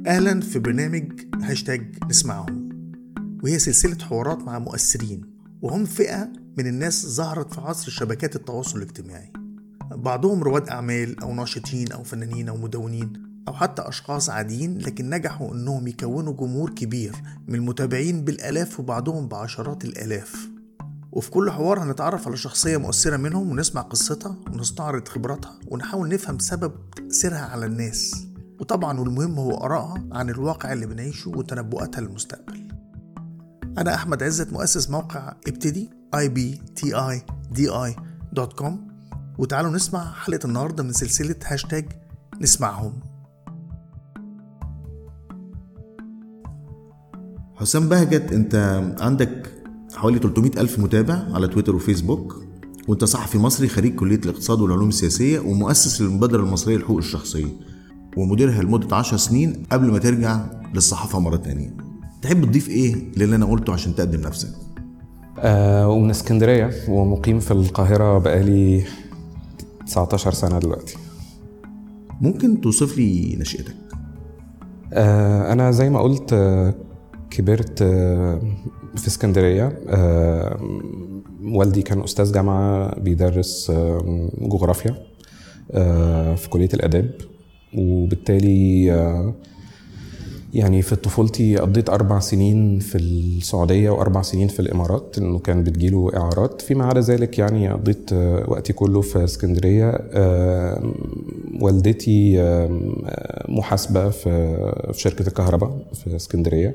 أهلا في برنامج هاشتاج نسمعهم، وهي سلسلة حوارات مع مؤثرين وهم فئة من الناس ظهرت في عصر شبكات التواصل الاجتماعي. بعضهم رواد أعمال أو ناشطين أو فنانين أو مدونين أو حتى أشخاص عاديين، لكن نجحوا أنهم يكونوا جمهور كبير من المتابعين بالآلاف وبعضهم بعشرات الآلاف. وفي كل حوار هنتعرف على شخصية مؤثرة منهم ونسمع قصتها ونستعرض خبراتها ونحاول نفهم سبب تأثيرها على الناس، وطبعا والمهم هو آرائها عن الواقع اللي بنعيشه وتنبؤاتها للمستقبل. أنا أحمد عزت، مؤسس موقع ابتدي ibtidi.com، وتعالوا نسمع حلقة النهاردة من سلسلة هاشتاج نسمعهم. حسام بهجت، انت عندك حوالي 300,000 متابع على تويتر وفيسبوك، وانت صحفي مصري خريج كلية الاقتصاد والعلوم السياسية ومؤسس للمبادرة المصرية للحقوق الشخصية ومديرها لمدة 10 سنين قبل ما ترجع للصحافة مرة تانية. تحب تضيف ايه للي انا قلته عشان تقدم نفسك؟ ومن اسكندرية ومقيم في القاهرة بقالي 19 سنة دلوقتي. ممكن توصف لي نشأتك؟ أنا زي ما قلت كبرت في اسكندرية. والدي كان أستاذ جامعة بيدرس جغرافيا في كلية الآداب، وبالتالي يعني في طفولتي قضيت 4 سنين في السعودية و4 سنين في الإمارات، إنه كان بتجيله إعارات. فيما عدا ذلك يعني قضيت وقتي كله في اسكندرية. والدتي محاسبة في شركة الكهرباء في اسكندرية.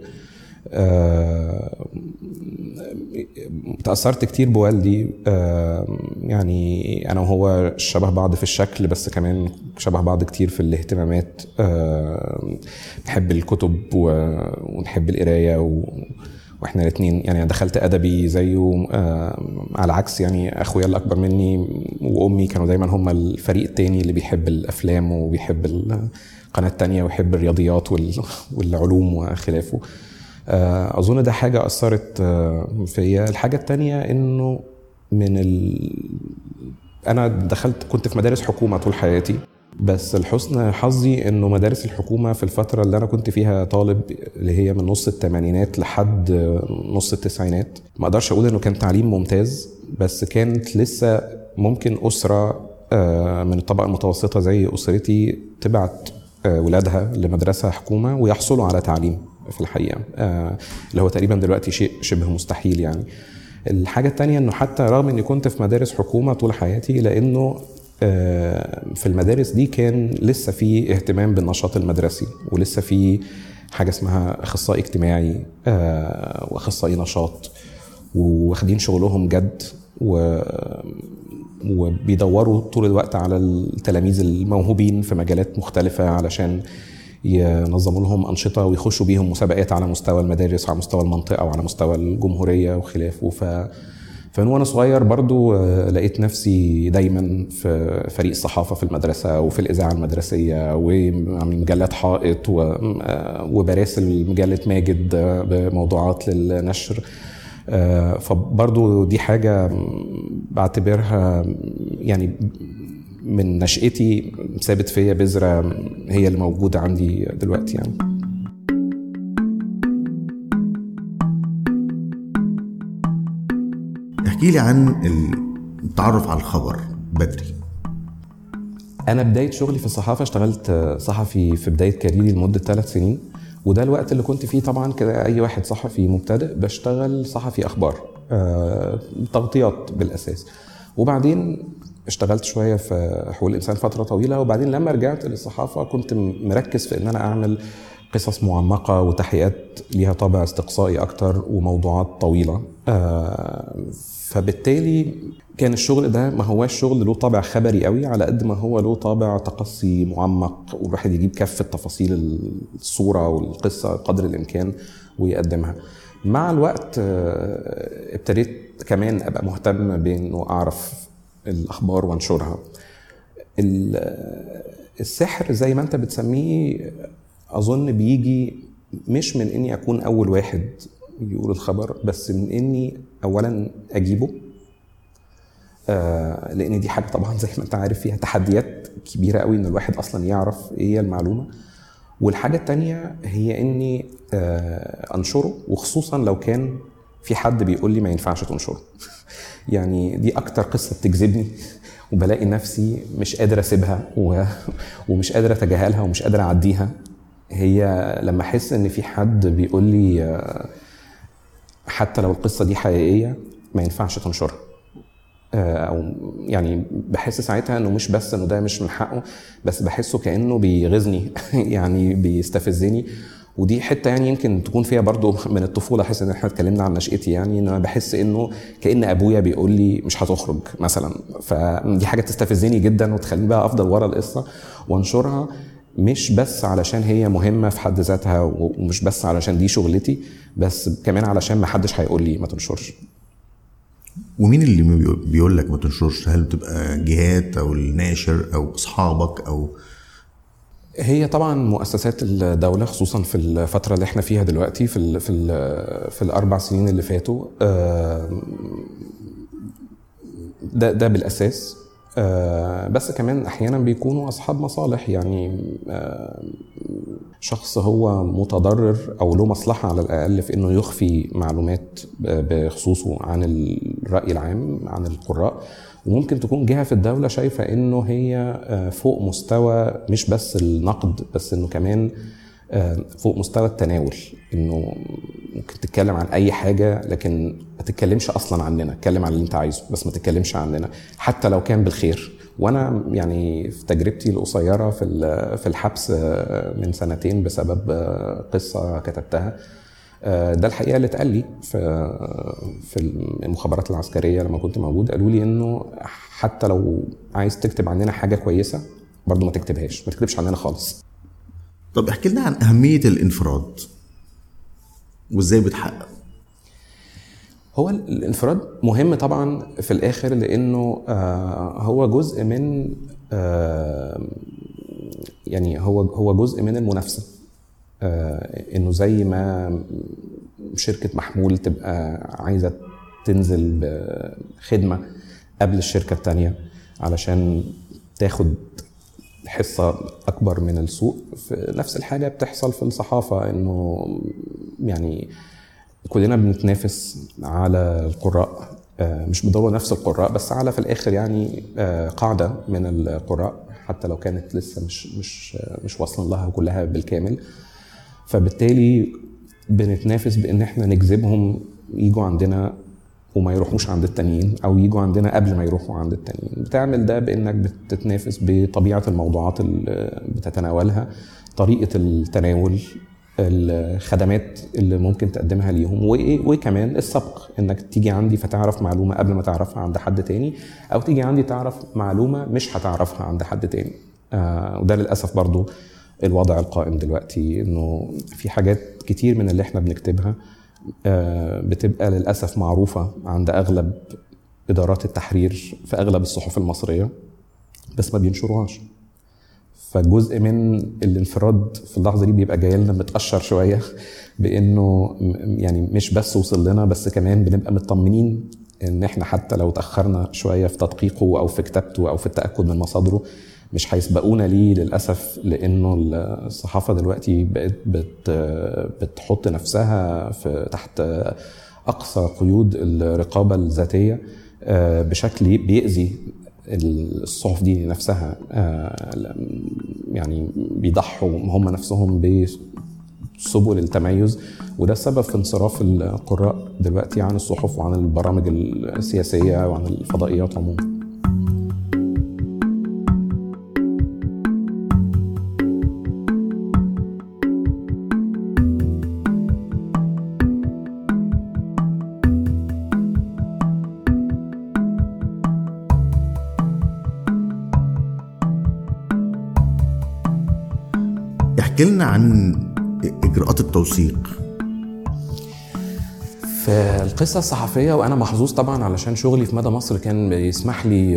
تأثرت كتير بوالدي. يعني أنا وهو شبه بعض في الشكل، بس كمان شبه بعض كتير في الاهتمامات. بحب الكتب ونحب القراية واحنا الاثنين يعني دخلت أدبي زيه. على عكس يعني أخويا اللي أكبر مني وأمي كانوا دايما هم الفريق التاني اللي بيحب الأفلام وبيحب القناة التانية ويحب الرياضيات والعلوم وخلافه. أظن ده حاجة أثرت فيا. الحاجة التانية إنه أنا كنت في مدارس حكومة طول حياتي، بس الحسن حظي إنه مدارس الحكومة في الفترة اللي أنا كنت فيها طالب، اللي هي من نص الثمانينات لحد نص التسعينات، ما أقدرش أقول إنه كان تعليم ممتاز، بس كانت لسه ممكن أسرة من الطبقة المتوسطة زي أسرتي تبعت ولادها لمدرسة حكومة ويحصلوا على تعليم في الحقيقة، اللي هو تقريبا دلوقتي شيء شبه مستحيل يعني. الحاجة التانية انه حتى رغم اني كنت في مدارس حكومة طول حياتي، لانه في المدارس دي كان لسه في اهتمام بالنشاط المدرسي، ولسه في حاجة اسمها اخصائي اجتماعي واخصائي نشاط، واخدين شغلهم جد وبيدوروا طول الوقت على التلاميذ الموهوبين في مجالات مختلفة علشان ينظموا لهم أنشطة ويخشوا بيهم مسابقات على مستوى المدارس وعلى مستوى المنطقة وعلى مستوى الجمهورية وخلافه. فأنا صغير برضو لقيت نفسي دايما في فريق الصحافة في المدرسة وفي الإذاعة المدرسية وعمل مجلات حائط وبراسل مجلة ماجد بموضوعات للنشر. فبرضو دي حاجة بعتبرها يعني من نشأتي ثابت فيا بذرة هي اللي موجودة عندي دلوقتي يعني. احكي لي عن التعرف على الخبر بدري. أنا بداية شغلي في الصحافة اشتغلت صحفي في بداية كاريري لمدة 3 سنين، وده الوقت اللي كنت فيه طبعا كده أي واحد صحفي مبتدئ بشتغل صحفي أخبار، تغطيات بالأساس. وبعدين اشتغلت شوية في حقوق الإنسان فترة طويلة، وبعدين لما رجعت للصحافة كنت مركز في إن أنا أعمل قصص معمقة وتحقيقات ليها طابع استقصائي أكتر وموضوعات طويلة. فبالتالي كان الشغل ده ما هواش شغل له طابع خبري قوي على قد ما هو له طابع تقصي معمق، والواحد يجيب كافة تفاصيل الصورة والقصة قدر الإمكان ويقدمها. مع الوقت ابتديت كمان أبقى مهتم بأنه أعرف الأخبار وانشرها. السحر زي ما أنت بتسميه أظن بيجي مش من إني أكون أول واحد يقول الخبر، بس من إني أولا أجيبه، لأن دي حاجة طبعا زي ما أنت عارف فيها تحديات كبيرة قوي إن الواحد أصلا يعرف إيه المعلومة. والحاجة التانية هي اني انشره، وخصوصا لو كان في حد بيقول لي ما ينفعش تنشره. يعني دي اكتر قصة بتجذبني، وبلاقي نفسي مش قادر اسيبها ومش قادر اتجاهلها ومش قادر اعديها. هي لما احس ان في حد بيقول لي حتى لو القصة دي حقيقية ما ينفعش تنشرها، او يعني بحس ساعتها انه مش بس انه ده مش من حقه، بس بحسه كأنه بيغيظني يعني بيستفزني. ودي حته يعني يمكن تكون فيها برضو من الطفوله، احس ان احنا اتكلمنا عن نشأتي، يعني ان انا بحس انه كأن ابويا بيقول لي مش هتخرج مثلا. فدي حاجه تستفزني جدا وتخليني بقى افضل ورا القصه وانشرها، مش بس علشان هي مهمه في حد ذاتها، ومش بس علشان دي شغلتي، بس كمان علشان ما حدش هيقول لي ما تنشرش. ومين اللي بيقول لك ما تنشرش؟ هل بتبقى جهات او الناشر او اصحابك او؟ هي طبعا مؤسسات الدولة، خصوصا في الفترة اللي احنا فيها دلوقتي في الأربع سنين اللي فاتوا، ده بالأساس. بس كمان أحيانا بيكونوا أصحاب مصالح، يعني شخص هو متضرر أو له مصلحة على الأقل في إنه يخفي معلومات بخصوصه عن الرأي العام عن القراء. وممكن تكون جهة في الدولة شايفة إنه هي فوق مستوى مش بس النقد، بس إنه كمان فوق مستوى التناول، إنه ممكن تتكلم عن أي حاجة لكن ما تتكلمش أصلا عننا، اتكلم عن اللي أنت عايزه بس ما تتكلمش عننا حتى لو كان بالخير. وأنا يعني في تجربتي القصيرة في الحبس من سنتين بسبب قصة كتبتها، ده الحقيقة اللي اتقال لي في المخابرات العسكرية لما كنت موجود. قالوا لي انه حتى لو عايز تكتب عننا حاجة كويسة برضو ما تكتبش عننا خالص. طب احكي لنا عن أهمية الانفراد وازاي بتحقق. هو الانفراد مهم طبعا في الآخر، لأنه هو جزء من يعني هو جزء من المنافسة. انه زي ما شركة محمول تبقى عايزة تنزل بخدمة قبل الشركة التانية علشان تاخد حصة اكبر من السوق، نفس الحاجة بتحصل في الصحافة، انه يعني كلنا بنتنافس على القراء، مش بالضرورة نفس القراء، بس على في الاخر يعني قاعدة من القراء حتى لو كانت لسه مش واصلين لها كلها بالكامل. فبالتالي بنتنافس بان احنا نجذبهم يجوا عندنا وما يروحوش عند التانيين، او يجوا عندنا قبل ما يروحوا عند التانيين. بتعمل ده بانك بتتنافس بطبيعة الموضوعات اللي بتتناولها، طريقة التناول، الخدمات اللي ممكن تقدمها ليهم، وكمان السبق، انك تيجي عندي فتعرف معلومة قبل ما تعرفها عند حد تاني، او تيجي عندي تعرف معلومة مش هتعرفها عند حد تاني. وده للأسف برضو الوضع القائم دلوقتي، انه في حاجات كتير من اللي احنا بنكتبها بتبقى للأسف معروفة عند أغلب إدارات التحرير في أغلب الصحف المصرية بس ما بينشروهاش. فجزء من الانفراد في اللحظة دي بيبقى جاي لنا متأشر شوية بأنه يعني مش بس وصل لنا، بس كمان بنبقى مطمنين ان احنا حتى لو تأخرنا شوية في تدقيقه او في كتابته او في التأكد من مصادره مش هيسبقونا ليه للأسف، لأنه الصحافة دلوقتي بقت بتحط نفسها تحت أقصى قيود الرقابة الذاتية بشكل بيأذي الصحف دي نفسها. يعني بيضحوا هم نفسهم بسبل التميز، وده السبب في انصراف القراء دلوقتي عن الصحف وعن البرامج السياسية وعن الفضائيات عموما. احكي لنا عن إجراءات التوثيق في القصة الصحفية. وأنا محظوظ طبعا علشان شغلي في مدى مصر كان بيسمح لي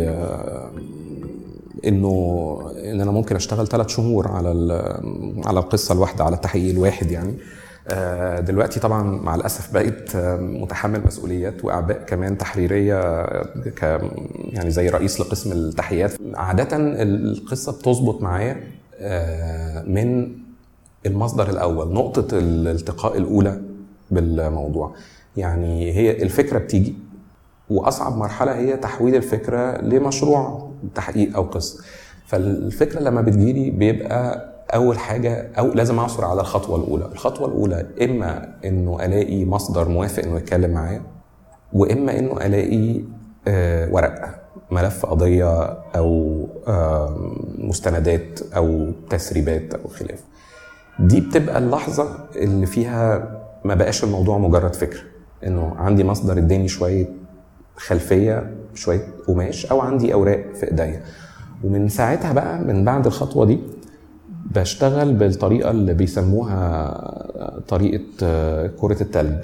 إن أنا ممكن أشتغل 3 شهور على القصة الواحدة، على التحقيق الواحد يعني. دلوقتي طبعا مع الأسف بقيت متحمل مسؤوليات وأعباء كمان تحريرية يعني زي رئيس لقسم التحقيقات. عادة القصة بتظبط معايا من المصدر الأول، نقطة الالتقاء الأولى بالموضوع. يعني هي الفكرة بتيجي، وأصعب مرحلة هي تحويل الفكرة لمشروع تحقيق أو قصة. فالفكرة لما بتجيلي بيبقى أول حاجة أو لازم أعثر على الخطوة الأولى. الخطوة الأولى إما إنه ألاقي مصدر موافق إنه يتكلم معايا، وإما إنه ألاقي ورقة، ملف قضية أو مستندات أو تسريبات أو خلاف. دي بتبقى اللحظة اللي فيها ما بقاش الموضوع مجرد فكرة، إنه عندي مصدر اداني شوية خلفية، شوية قماش، أو عندي أوراق في إيديا. ومن ساعتها بقى، من بعد الخطوة دي، بشتغل بالطريقة اللي بيسموها طريقة كرة التلج.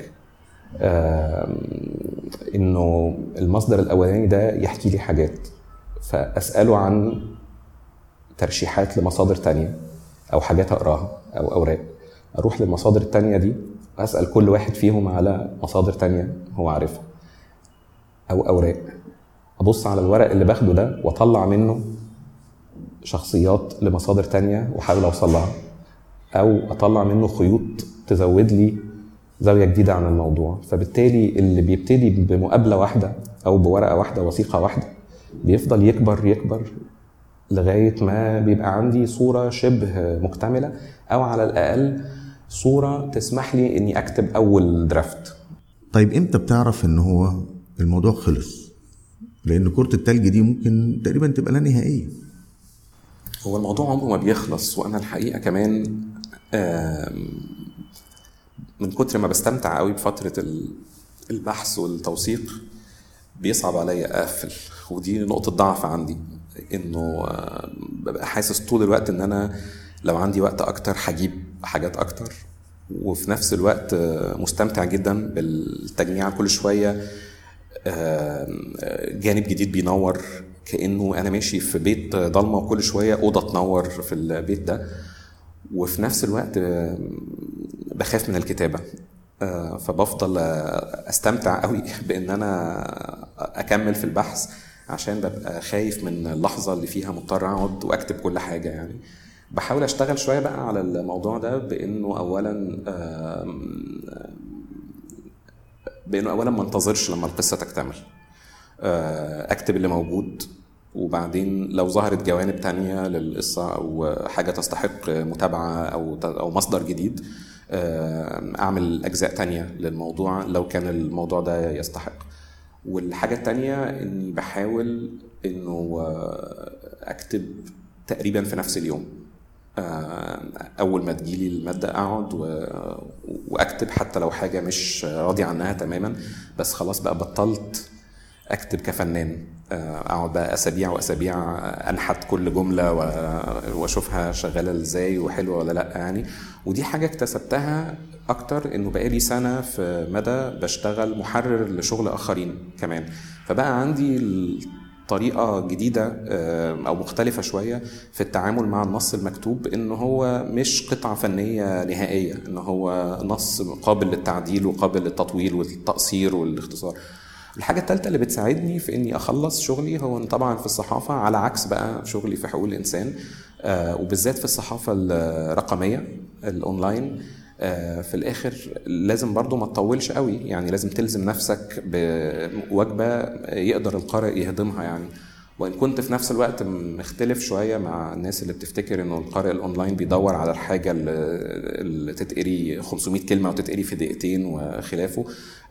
إنه المصدر الأولاني ده يحكي لي حاجات، فأسأله عن ترشيحات لمصادر تانية أو حاجات أقراها أو أوراق. أروح للمصادر التانية دي، أسأل كل واحد فيهم على مصادر تانية هو عارفها أو أوراق. أبص على الورق اللي باخده ده وأطلع منه شخصيات لمصادر تانية وحاول أوصلها، أو أطلع منه خيوط تزود لي زاوية جديدة عن الموضوع. فبالتالي اللي بيبتدي بمقابلة واحدة أو بورقة واحدة، وثيقة واحدة، بيفضل يكبر لغاية ما بيبقى عندي صورة شبه مكتملة، أو على الأقل صورة تسمح لي إني أكتب أول درافت. طيب إمتى بتعرف إن هو الموضوع خلص؟ لأن كرة التلج دي ممكن تقريبا تبقى لا نهائية. هو الموضوع عمره ما بيخلص، وأنا الحقيقة كمان من كتر ما بستمتع قوي بفترة البحث والتوثيق بيصعب عليا أقفل. ودي نقطة ضعف عندي، إنه ببقى حاسس طول الوقت إن أنا لو عندي وقت أكتر هجيب حاجات أكتر، وفي نفس الوقت مستمتع جدا بالتجميع. كل شوية جانب جديد بينور، كأنه أنا ماشي في بيت ضلمة وكل شوية أوضة تنور في البيت ده. وفي نفس الوقت بخاف من الكتابة، فبفضل استمتع قوي بان انا اكمل في البحث، عشان ببقى خايف من اللحظة اللي فيها مضطر اقعد واكتب كل حاجة. يعني بحاول اشتغل شوية بقى على الموضوع ده، بانه اولا ما انتظرش لما القصة تكتمل، اكتب اللي موجود، وبعدين لو ظهرت جوانب تانية للقصة او حاجة تستحق متابعة او مصدر جديد، اعمل اجزاء تانية للموضوع لو كان الموضوع ده يستحق. والحاجة التانية اني بحاول انه اكتب تقريبا في نفس اليوم. اول ما تجيلي المادة اقعد واكتب، حتى لو حاجة مش راضي عنها تماما، بس خلاص بقى بطلت اكتب كفنان. اقعد بقى اسابيع انحت كل جملة واشوفها شغالة ازاي وحلوة ولا لا يعني. ودي حاجة اكتسبتها اكتر، انه بقالي سنة في مدى بشتغل محرر لشغل اخرين كمان، فبقى عندي طريقة جديدة او مختلفة شوية في التعامل مع النص المكتوب، انه هو مش قطعة فنية نهائية، انه هو نص قابل للتعديل وقابل للتطويل والتقصير والاختصار. الحاجة الثالثة اللي بتساعدني في اني اخلص شغلي هو طبعا في الصحافة، على عكس بقى شغلي في حقوق الانسان، وبالذات في الصحافة الرقمية الاونلاين. في الاخر لازم برضو ما تطولش قوي، يعني لازم تلزم نفسك بوجبة يقدر القارئ يهضمها يعني. وإن كنت في نفس الوقت مختلف شوية مع الناس اللي بتفتكر إنه القارئ الأونلاين بيدور على الحاجة اللي تتقري 500 كلمة وتتقري في دقيقتين وخلافه.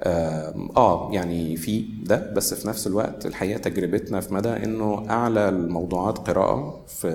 يعني في ده، بس في نفس الوقت الحقيقة تجربتنا في مدى إنه أعلى الموضوعات قراءة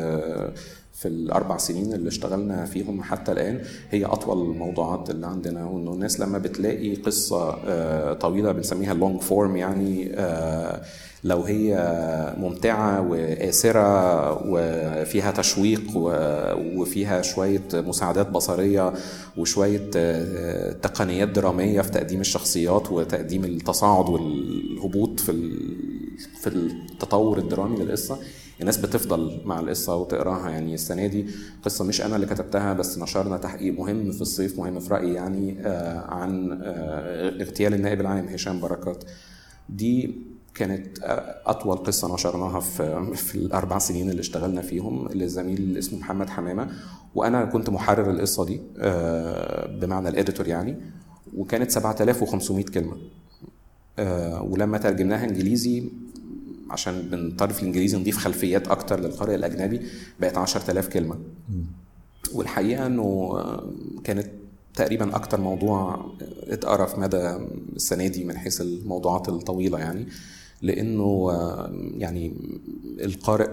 في ال4 سنين اللي اشتغلنا فيهم حتى الآن هي أطول الموضوعات اللي عندنا. وإنه الناس لما بتلاقي قصة طويلة بنسميها long form، يعني لو هي ممتعة وآسرة وفيها تشويق وفيها شوية مساعدات بصرية وشوية تقنيات درامية في تقديم الشخصيات وتقديم التصاعد والهبوط في التطور الدرامي للقصة، الناس بتفضل مع القصة وتقراها. يعني السنة دي قصة مش أنا اللي كتبتها، بس نشرنا تحقيق مهم في الصيف، مهم في رأيي يعني، عن اغتيال النائب العام هشام بركات. دي كانت أطول قصة نشرناها في ال4 سنين اللي اشتغلنا فيهم للزميل اسمه محمد حمامة، وأنا كنت محرر القصة دي بمعنى الإديتور يعني، وكانت 7500 كلمة. ولما ترجمناها إنجليزي عشان بنضطر في الإنجليزي نضيف خلفيات أكتر للقارئ الأجنبي بقت 10,000 كلمة. والحقيقة أنه كانت تقريبا أكتر موضوع اتقرا في مدى السنة دي من حيث الموضوعات الطويلة يعني، لأنه يعني القارئ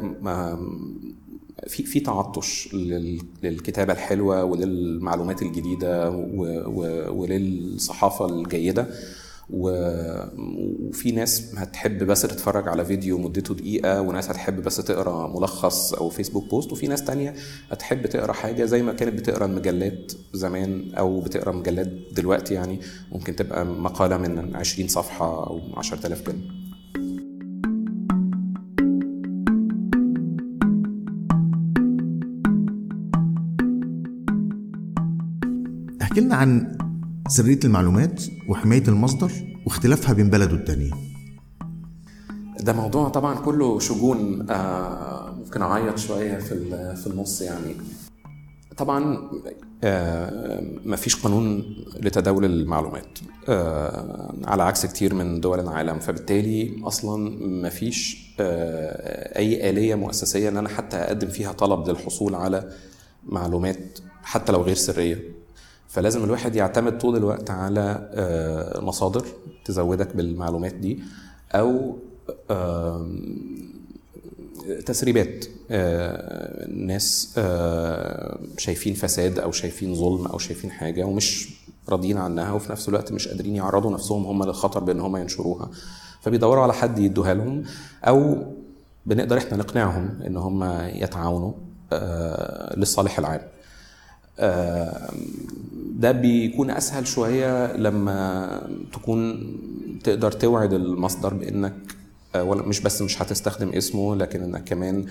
في تعطش للكتابة الحلوة وللمعلومات الجديدة وللصحافة الجيدة، وفي ناس هتحب بس تتفرج على فيديو مدته دقيقة، وناس هتحب بس تقرأ ملخص أو فيسبوك بوست، وفي ناس تانية هتحب تقرأ حاجة زي ما كانت بتقرأ المجلات زمان أو بتقرأ مجلات دلوقتي، يعني ممكن تبقى مقالة من 20 صفحة أو 10,000 كلمة. احكي لنا عن سرية المعلومات وحماية المصدر واختلافها بين بلد والتانية. ده موضوع طبعا كله شجون، ممكن أعيط شوية في النص يعني. طبعا مفيش قانون لتداول المعلومات على عكس كتير من دول العالم، فبالتالي أصلا مفيش أي آلية مؤسسية أن أنا حتى أقدم فيها طلب للحصول على معلومات حتى لو غير سرية. فلازم الواحد يعتمد طول الوقت على مصادر تزودك بالمعلومات دي، أو تسريبات ناس شايفين فساد أو شايفين ظلم أو شايفين حاجة ومش راضيين عنها، وفي نفس الوقت مش قادرين يعرضوا نفسهم هم للخطر بأن هم ينشروها، فبيدوروا على حد يدوها لهم، أو بنقدر إحنا نقنعهم إن هم يتعاونوا للصالح العام. ده بيكون أسهل شوية لما تكون تقدر توعد المصدر بأنك مش هتستخدم اسمه، لكن انك كمان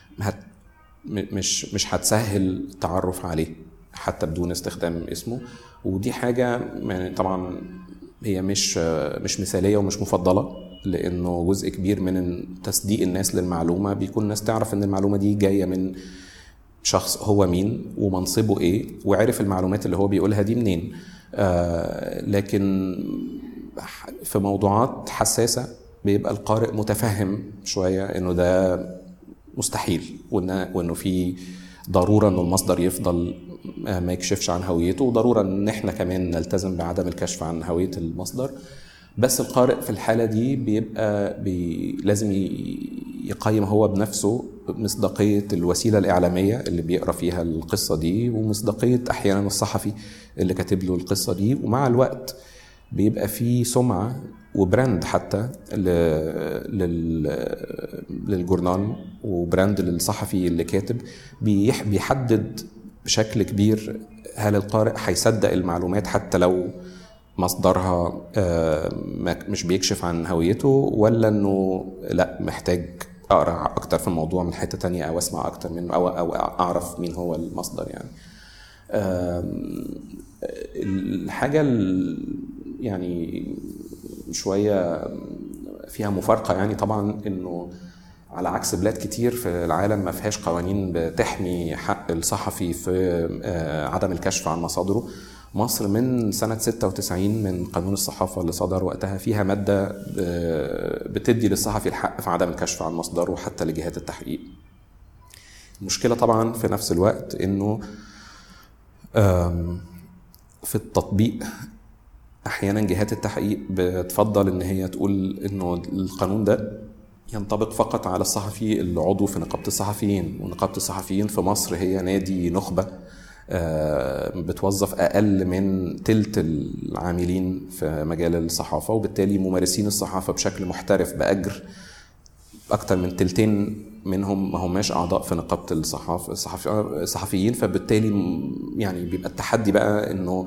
مش هتسهل التعرف عليه حتى بدون استخدام اسمه. ودي حاجة يعني طبعا هي مش مثالية ومش مفضلة، لأنه جزء كبير من تصديق الناس للمعلومة بيكون الناس تعرف ان المعلومة دي جاية من شخص هو مين ومنصبه ايه وعرف المعلومات اللي هو بيقولها دي منين. لكن في موضوعات حساسة بيبقى القارئ متفهم شوية انه ده مستحيل، وانه في ضرورة انه المصدر يفضل ما يكشفش عن هويته، وضرورة ان احنا كمان نلتزم بعدم الكشف عن هوية المصدر. بس القارئ في الحالة دي بيبقى لازم يقيم هو بنفسه مصداقية الوسيلة الإعلامية اللي بيقرأ فيها القصة دي، ومصداقية أحيانا الصحفي اللي كاتب له القصة دي. ومع الوقت بيبقى فيه سمعة وبراند حتى للجورنال وبراند للصحفي اللي كاتب، بيحدد بشكل كبير هل القارئ هيصدق المعلومات حتى لو مصدرها مش بيكشف عن هويته، ولا انه لا محتاج اقرا اكتر في الموضوع من حته تانية او اسمع اكتر منه او اعرف مين هو المصدر يعني. الحاجه يعني شويه فيها مفارقه يعني طبعا، انه على عكس بلاد كتير في العالم ما فيهاش قوانين بتحمي حق الصحفي في عدم الكشف عن مصادره. مصر من سنة 96 من قانون الصحافة اللي صدر وقتها فيها مادة بتدي للصحفي الحق في عدم الكشف عن مصدره حتى لجهات التحقيق. المشكلة طبعا في نفس الوقت انه في التطبيق احيانا جهات التحقيق بتفضل ان هي تقول انه القانون ده ينطبق فقط على الصحفي اللي عضو في نقابة الصحفيين، ونقابة الصحفيين في مصر هي نادي نخبة بتوظف أقل من تلت العاملين في مجال الصحافة، وبالتالي ممارسين الصحافة بشكل محترف بأجر أكتر من تلتين منهم ما هماش أعضاء في نقابة الصحفيين. فبالتالي يعني بيبقى التحدي بقى إنه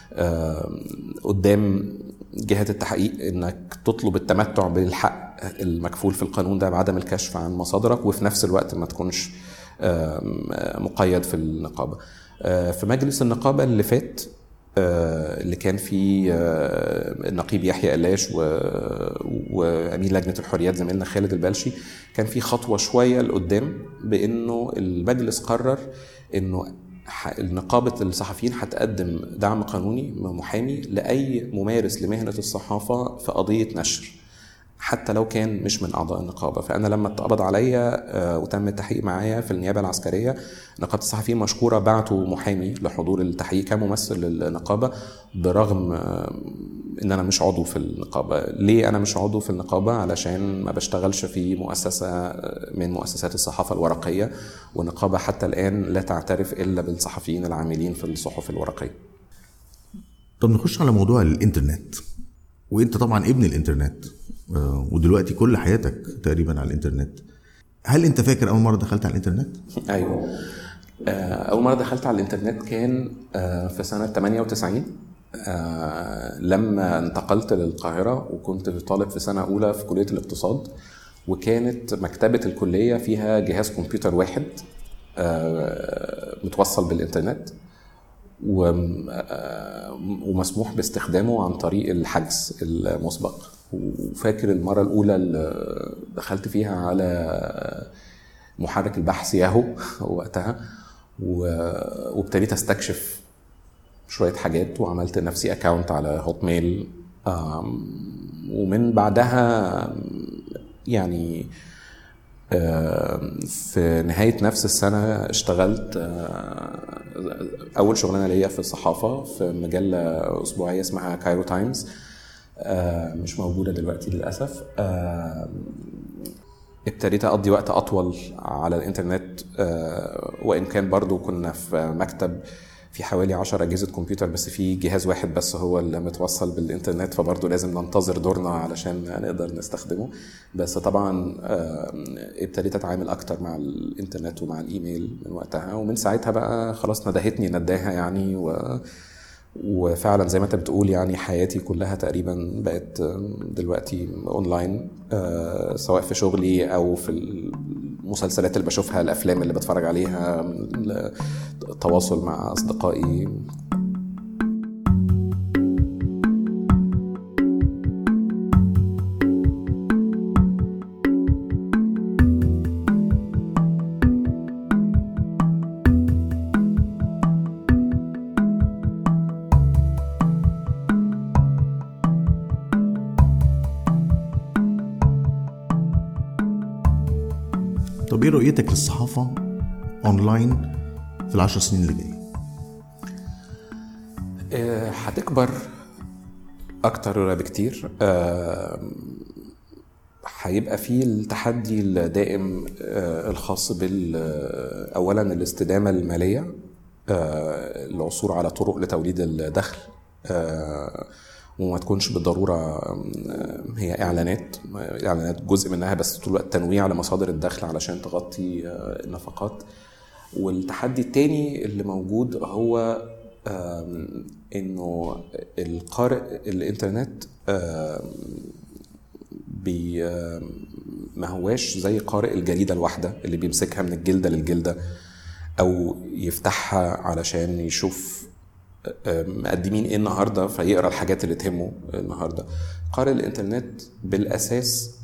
قدام جهات التحقيق إنك تطلب التمتع بالحق المكفول في القانون ده بعدم الكشف عن مصادرك، وفي نفس الوقت ما تكونش مقيد في النقابة. في مجلس النقابة اللي فات اللي كان فيه النقيب يحيى قلاش وأمين لجنة الحريات زميلنا خالد البلشي، كان في خطوة شوية لقدام بأنه المجلس قرر أنه نقابة الصحفيين هتقدم دعم قانوني محامي لأي ممارس لمهنة الصحافة في قضية نشر حتى لو كان مش من أعضاء النقابة. فأنا لما اتقبض عليا وتم التحقيق معايا في النيابة العسكرية، نقابة الصحفيين مشكورة بعتوا محامي لحضور التحقيق كممثل للنقابة، برغم إن أنا مش عضو في النقابة. ليه أنا مش عضو في النقابة؟ علشان ما بشتغلش في مؤسسة من مؤسسات الصحافة الورقية، والنقابة حتى الآن لا تعترف إلا بالصحفيين العاملين في الصحف الورقية. طب نخش على موضوع الإنترنت، وإنت طبعا ابن الإنترنت ودلوقتي كل حياتك تقريبا على الإنترنت. هل أنت فاكر أول مرة دخلت على الإنترنت؟ أيوه، أول مرة دخلت على الإنترنت كان في سنة 98 لما انتقلت للقاهرة، وكنت طالب في سنة أولى في كلية الاقتصاد، وكانت مكتبة الكلية فيها جهاز كمبيوتر واحد متوصل بالإنترنت ومسموح باستخدامه عن طريق الحجز المسبق. وفاكر المرة الأولى اللي دخلت فيها على محرك البحث ياهو وقتها، وابتديت استكشف شوية حاجات، وعملت نفسي اكاونت على هوت ميل. ومن بعدها يعني في نهاية نفس السنة اشتغلت أول شغلانة ليا في الصحافة في مجلة أسبوعية اسمها كايرو تايمز، مش موجودة دلوقتي للأسف. ابتديت أقضي وقت أطول على الإنترنت، وإن كان برضو كنا في مكتب في حوالي 10 أجهزة كمبيوتر، بس في جهاز واحد بس هو اللي متوصل بالإنترنت، فبرضو لازم ننتظر دورنا علشان نقدر نستخدمه. بس طبعا ابتديت أتعامل أكتر مع الإنترنت ومع الإيميل من وقتها، ومن ساعتها بقى خلاص ندهتني نداها يعني. وفعلا زي ما انت بتقول يعني حياتي كلها تقريبا بقت دلوقتي اونلاين، سواء في شغلي او في المسلسلات اللي بشوفها، الافلام اللي بتفرج عليها، التواصل مع اصدقائي. طب ايه رؤيتك للصحافة اونلاين في 10 سنين اللي جاية؟ هتكبر اكتر بكتير. هيبقى فيه التحدي الدائم الخاص اولا الاستدامة المالية، العثور على طرق لتوليد الدخل، وما تكونش بالضرورة هي إعلانات جزء منها، بس طول الوقت تنويع لمصادر الدخل علشان تغطي النفقات. والتحدي التاني اللي موجود هو إنه القارئ الإنترنت ما هواش زي قارئ الجريدة الواحدة اللي بيمسكها من الجلدة للجلدة أو يفتحها علشان يشوف مقدمين ايه النهارده فيقرا الحاجات اللي تهمه النهارده. قارئ الانترنت بالاساس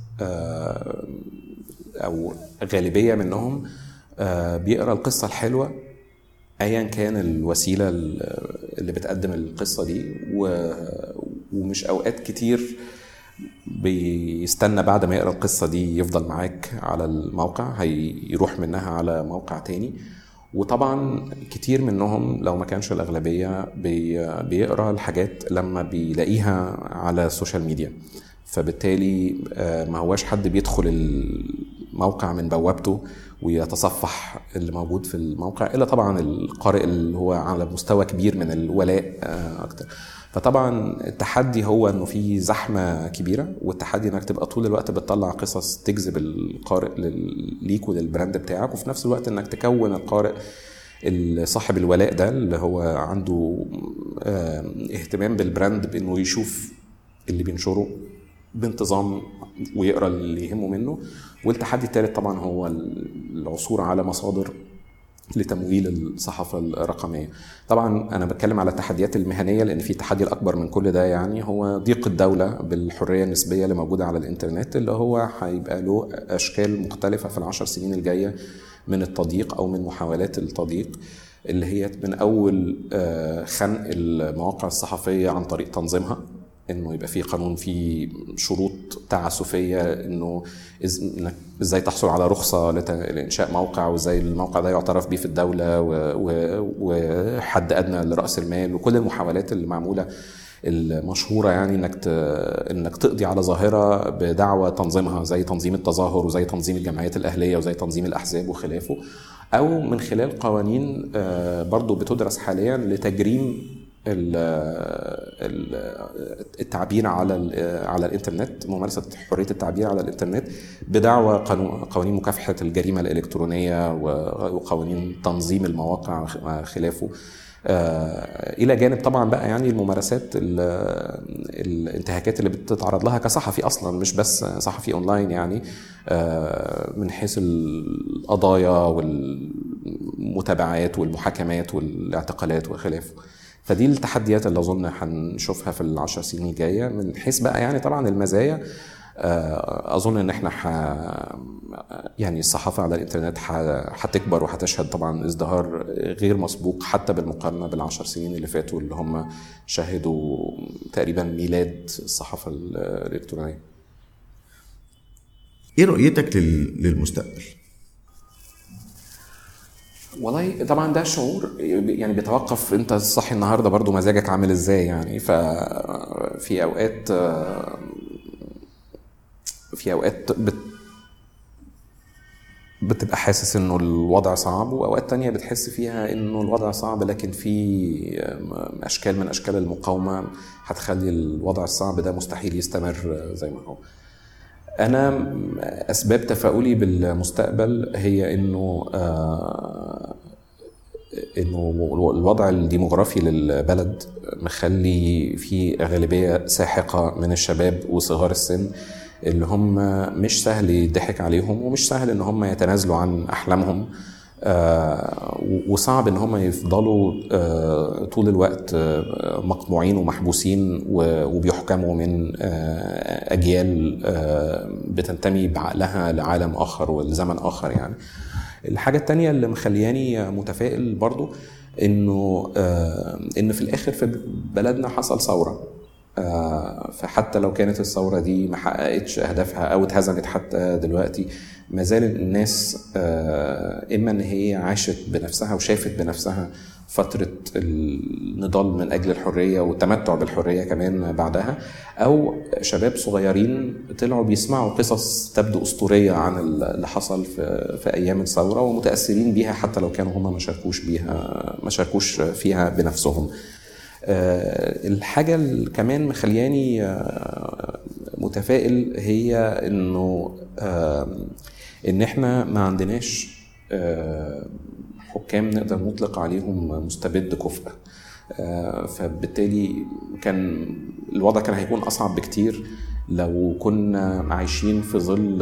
او غالبيه منهم بيقرا القصه الحلوه ايا كان الوسيله اللي بتقدم القصه دي، ومش اوقات كتير بيستنى بعد ما يقرا القصه دي يفضل معاك على الموقع، هيروح منها على موقع تاني. وطبعا كتير منهم لو ما كانش الأغلبية بيقرأ الحاجات لما بيلاقيها على السوشيال ميديا، فبالتالي ما هواش حد بيدخل الموقع من بوابته ويتصفح اللي موجود في الموقع، إلا طبعا القارئ اللي هو على مستوى كبير من الولاء أكتر. فطبعا التحدي هو انه في زحمه كبيره، والتحدي انك تبقى طول الوقت بتطلع قصص تجذب القارئ ليك وللبراند بتاعك، وفي نفس الوقت انك تكون القارئ صاحب الولاء ده اللي هو عنده اهتمام بالبراند، بانه يشوف اللي بينشره بانتظام ويقرا اللي يهمه منه. والتحدي الثالث طبعا هو العثور على مصادر لتمويل الصحافة الرقمية. طبعا أنا بتكلم على التحديات المهنية، لأن في تحدي الأكبر من كل ده يعني هو ضيق الدولة بالحرية النسبية اللي موجودة على الإنترنت، اللي هو هيبقى له أشكال مختلفة في 10 سنين الجاية من التضييق أو من محاولات التضييق، اللي هي من أول خنق المواقع الصحفية عن طريق تنظيمها، انه يبقى في قانون فيه شروط تعسفيه، انه ازاي تحصل على رخصه لانشاء موقع، وازاي الموقع ده يعترف به في الدوله، وحد ادنى لراس المال، وكل المحاولات اللي معموله المشهوره يعني انك تقضي على ظاهره بدعوى تنظيمها، زي تنظيم التظاهر وزي تنظيم الجمعيات الاهليه وزي تنظيم الاحزاب وخلافه، او من خلال قوانين برضو بتدرس حاليا لتجريم التعبير على الانترنت، ممارسة حرية التعبير على الانترنت بدعوى قوانين مكافحة الجريمة الإلكترونية وقوانين تنظيم المواقع وخلافه، إلى جانب طبعا بقى يعني الممارسات الانتهاكات اللي بتتعرض لها كصحفي أصلا، مش بس صحفي أونلاين يعني، من حيث القضايا والمتابعات والمحاكمات والاعتقالات وخلافه. فدي التحديات اللي أظن هنشوفها في 10 سنين الجاية. من حيث بقى يعني طبعا المزايا، أظن إن إحنا يعني الصحافة على الإنترنت هتكبر وهتشهد طبعا ازدهار غير مسبوق حتى بالمقارنة بال10 سنين اللي فاتوا، اللي هم شاهدوا تقريبا ميلاد الصحافة الإلكترونية. إيه رؤيتك للمستقبل؟ والله طبعا ده شعور يعني بيتوقف انت صاحي النهارده برضو مزاجك عامل ازاي يعني. ففي اوقات بتبقى حاسس انه الوضع صعب، واوقات تانية بتحس فيها انه الوضع صعب لكن في اشكال من اشكال المقاومة هتخلي الوضع الصعب ده مستحيل يستمر زي ما هو. أنا أسباب تفاؤلي بالمستقبل هي إنه الوضع الديموغرافي للبلد مخلي في غالبية ساحقة من الشباب وصغار السن اللي هم مش سهل يضحك عليهم، ومش سهل إن هم يتنازلوا عن أحلامهم، وصعب ان هم يفضلوا طول الوقت مقموعين ومحبوسين وبيحكموا من اجيال بتنتمي بعقلها لعالم اخر ولزمن اخر يعني. الحاجة التانية اللي مخلياني متفائل برضو ان في الاخر في بلدنا حصل ثورة، فحتى لو كانت الثورة دي ما حققتش أهدافها أو اتهزمت حتى دلوقتي، ما زال الناس إما أن هي عاشت بنفسها وشافت بنفسها فترة النضال من أجل الحرية والتمتع بالحرية كمان بعدها، أو شباب صغيرين طلعوا بيسمعوا قصص تبدو أسطورية عن اللي حصل في أيام الثورة ومتأثرين بيها حتى لو كانوا هم ما شاركوش فيها بنفسهم. الحاجة اللي كمان مخلياني متفائل هي إن إحنا ما عندناش حكام نقدر نطلق عليهم مستبد كفء، فبالتالي كان الوضع كان هيكون أصعب بكتير لو كنا عايشين في ظل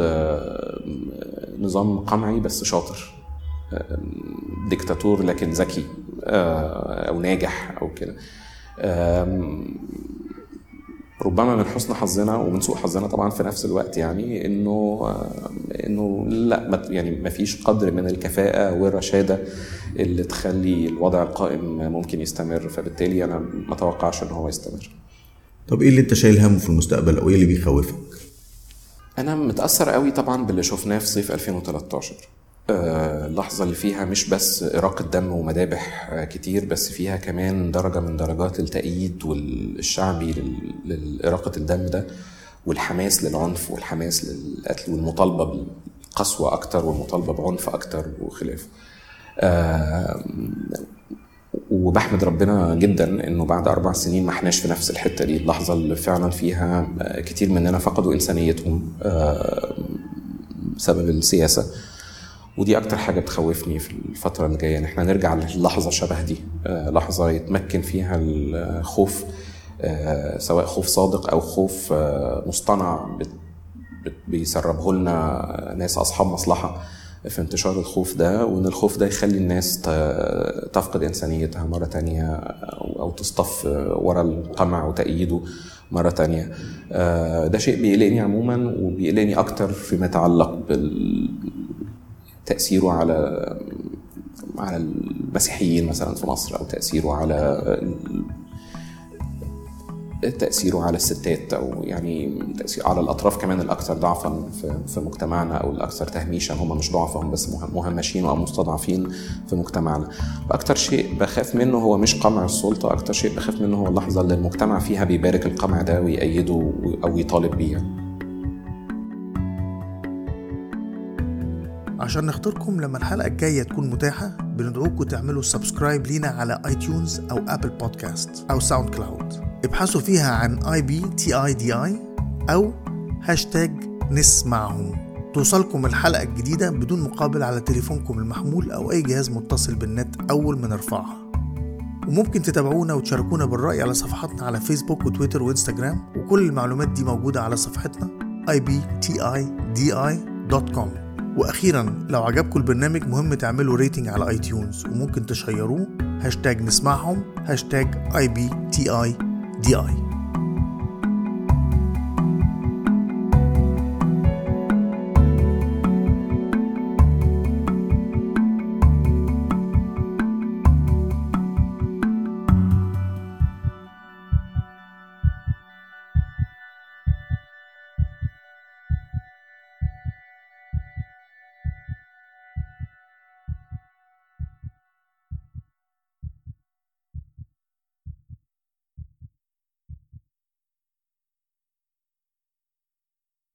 نظام قمعي بس شاطر، ديكتاتور لكن ذكي أو ناجح أو كده. ربما من حسن حظنا ومن سوء حظنا طبعا في نفس الوقت يعني انه لا يعني ما فيش قدر من الكفاءة والرشادة اللي تخلي الوضع القائم ممكن يستمر، فبالتالي انا ما اتوقعش ان هو يستمر. طب ايه اللي انت شايل همه في المستقبل او ايه اللي بيخوفك؟ انا متأثر قوي طبعا باللي شفناه في صيف 2013، اللحظة اللي فيها مش بس إراقة دم ومذابح كتير، بس فيها كمان درجة من درجات التأييد والشعبي لإراقة الدم ده، والحماس للعنف والحماس للقتل والمطالبة بالقسوة أكتر والمطالبة بعنف أكتر وخلافه. وبحمد ربنا جدا إنه بعد 4 سنين ما احناش في نفس الحتة دي، اللحظة اللي فعلا فيها كتير مننا فقدوا إنسانيتهم بسبب السياسة، ودي أكتر حاجة بتخوفني في الفترة اللي جاية، إن إحنا نرجع للحظة شبه دي، لحظة يتمكن فيها الخوف، سواء خوف صادق أو خوف مصطنع بيسربه لنا ناس أصحاب مصلحة، في انتشار الخوف ده، وان الخوف ده يخلي الناس تفقد انسانيتها مرة تانية او تصطف ورا القمع وتأييده مرة تانية. ده شيء بيقلقني عموما، وبيقلقني اكتر فيما يتعلق تأثيره على المسيحيين مثلا في مصر، او تأثيره على الستات، او يعني تأثير على الاطراف كمان الاكثر ضعفا في مجتمعنا، او الاكثر تهميشا. هم مش ضعفا، هم بس مهمشين او مستضعفين في مجتمعنا. واكثر شيء بخاف منه هو مش قمع السلطة، اكثر شيء بخاف منه هو اللحظة اللي المجتمع فيها بيبارك القمع ده ويأيده او يطالب بيه. عشان نختاركم لما الحلقة الجاية تكون متاحة، بندعوكم تعملوا سبسكرايب لينا على iTunes أو أبل بودكاست أو ساوند كلاود. ابحثوا فيها عن IBTIDI أو هاشتاج نسمعهم. توصلكم الحلقة الجديدة بدون مقابل على تليفونكم المحمول أو أي جهاز متصل بالنت أول ما نرفعها. وممكن تتابعونا وتشاركونا بالرأي على صفحاتنا على فيسبوك وتويتر وإنستجرام، وكل المعلومات دي موجودة على صفحتنا ibtidi.com. وأخيرا لو عجبكم البرنامج مهم تعملوا ريتنج على iTunes، وممكن تشيروه هاشتاج نسمعهم هاشتاج IBTIDI.